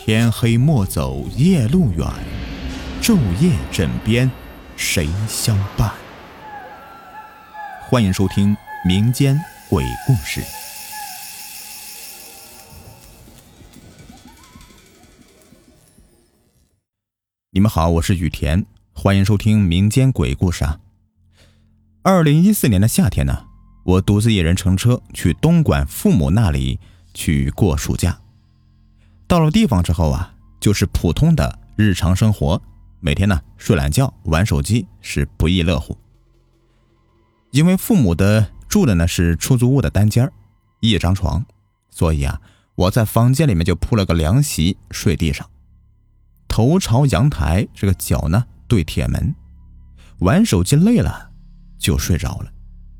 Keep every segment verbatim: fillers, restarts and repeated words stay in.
天黑莫走夜路远，昼夜枕边谁相伴？欢迎收听民间鬼故事。你们好，我是雨田，欢迎收听民间鬼故事啊。二零一四年的夏天呢，我独自一人乘车去东莞父母那里去过暑假。到了地方之后啊，就是普通的日常生活，每天呢睡懒觉玩手机是不亦乐乎。因为父母的住的呢是出租屋的单间，一张床，所以啊我在房间里面就铺了个凉席睡地上，头朝阳台，这个脚呢对铁门，玩手机累了就睡着了。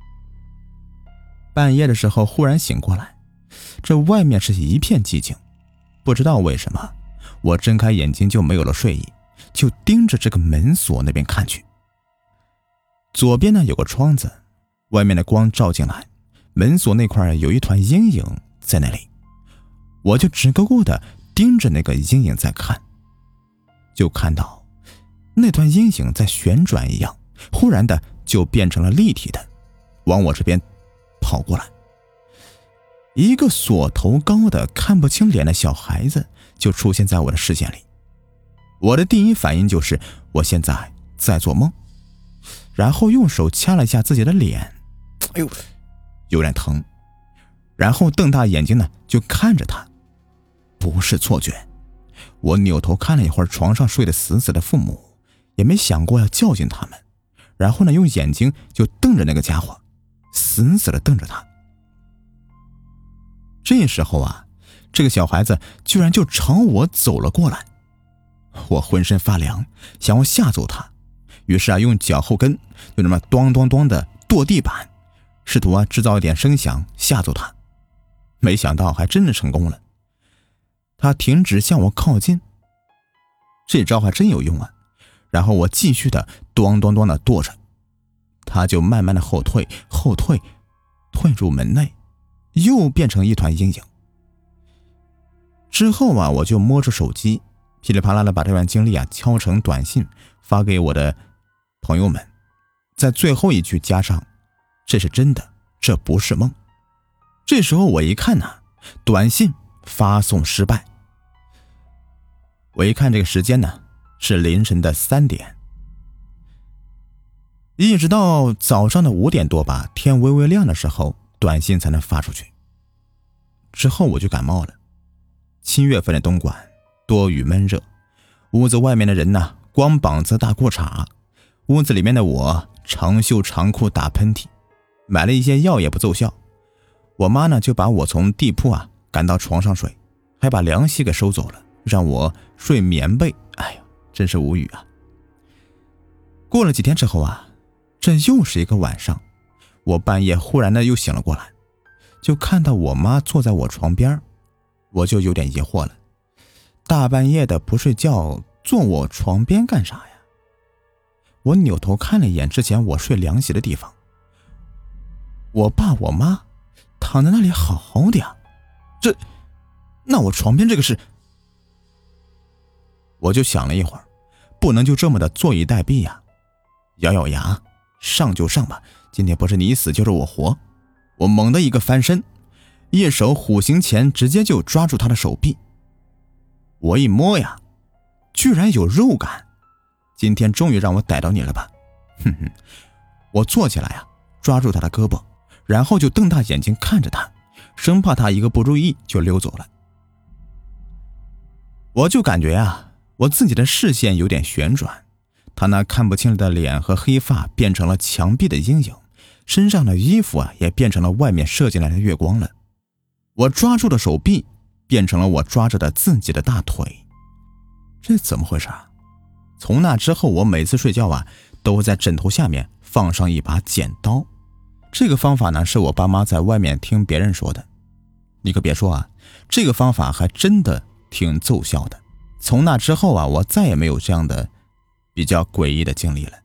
半夜的时候忽然醒过来，这外面是一片寂静，不知道为什么我睁开眼睛就没有了睡意，就盯着这个门锁那边看去。左边呢有个窗子，外面的光照进来，门锁那块有一团阴影在那里，我就直勾勾的盯着那个阴影在看，就看到那团阴影在旋转一样，忽然的就变成了立体的，往我这边跑过来。一个锁头高的看不清脸的小孩子就出现在我的视线里。我的第一反应就是我现在在做梦，然后用手掐了一下自己的脸，哎呦有点疼，然后瞪大眼睛呢就看着他。不是错觉，我扭头看了一会儿床上睡得死死的父母，也没想过要叫醒他们，然后呢用眼睛就瞪着那个家伙，死死的瞪着他。这时候啊，这个小孩子居然就朝我走了过来，我浑身发凉，想要吓走他，于是啊用脚后跟就那么咚咚咚的跺地板，试图啊制造一点声响吓走他。没想到还真的成功了，他停止向我靠近，这招还真有用啊。然后我继续的咚咚咚的跺着，他就慢慢的后退后退退入门内，又变成一团阴影。之后啊我就摸着手机噼里啪啦的把这段经历啊敲成短信发给我的朋友们，在最后一句加上这是真的，这不是梦。这时候我一看啊，短信发送失败。我一看这个时间呢是凌晨的三点，一直到早上的五点多吧，天微微亮的时候短信才能发出去。之后我就感冒了。七月份的东莞多雨闷热，屋子外面的人呢光膀子大裤衩，屋子里面的我长袖长裤打喷嚏，买了一些药也不奏效。我妈呢就把我从地铺啊赶到床上睡，还把凉席给收走了，让我睡棉被。哎呀真是无语啊。过了几天之后啊，这又是一个晚上，我半夜忽然的又醒了过来，就看到我妈坐在我床边，我就有点疑惑了，大半夜的不睡觉坐我床边干啥呀？我扭头看了一眼之前我睡凉席的地方，我爸我妈躺在那里好好的呀，这那我床边这个是……我就想了一会儿，不能就这么的坐以待毙呀，咬咬牙上就上吧，今天不是你死就是我活。我猛地一个翻身，一手虎形钳直接就抓住他的手臂。我一摸呀，居然有肉感，今天终于让我逮到你了吧。哼哼，我坐起来啊，抓住他的胳膊，然后就瞪大眼睛看着他，生怕他一个不注意就溜走了。我就感觉啊，我自己的视线有点旋转，他那看不清的脸和黑发变成了墙壁的阴影，身上的衣服啊也变成了外面射进来的月光了。我抓住的手臂变成了我抓着的自己的大腿，这怎么回事啊？从那之后我每次睡觉啊都在枕头下面放上一把剪刀。这个方法呢是我爸妈在外面听别人说的，你可别说啊，这个方法还真的挺奏效的。从那之后啊我再也没有这样的比较诡异的经历了。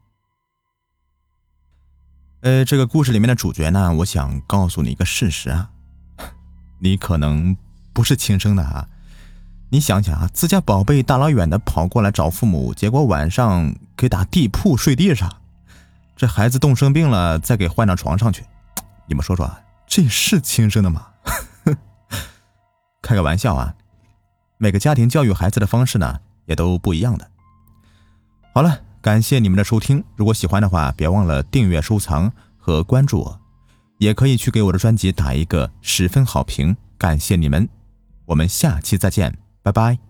呃，这个故事里面的主角呢，我想告诉你一个事实啊，你可能不是亲生的啊， 你想想啊，自家宝贝大老远的跑过来找父母，结果晚上给打地铺睡地上，这孩子冻生病了再给换到床上去，你们说说，这是亲生的吗？开个玩笑啊，每个家庭教育孩子的方式呢也都不一样的。好了，感谢你们的收听，如果喜欢的话别忘了订阅收藏和关注我，也可以去给我的专辑打一个十分好评，感谢你们，我们下期再见，拜拜。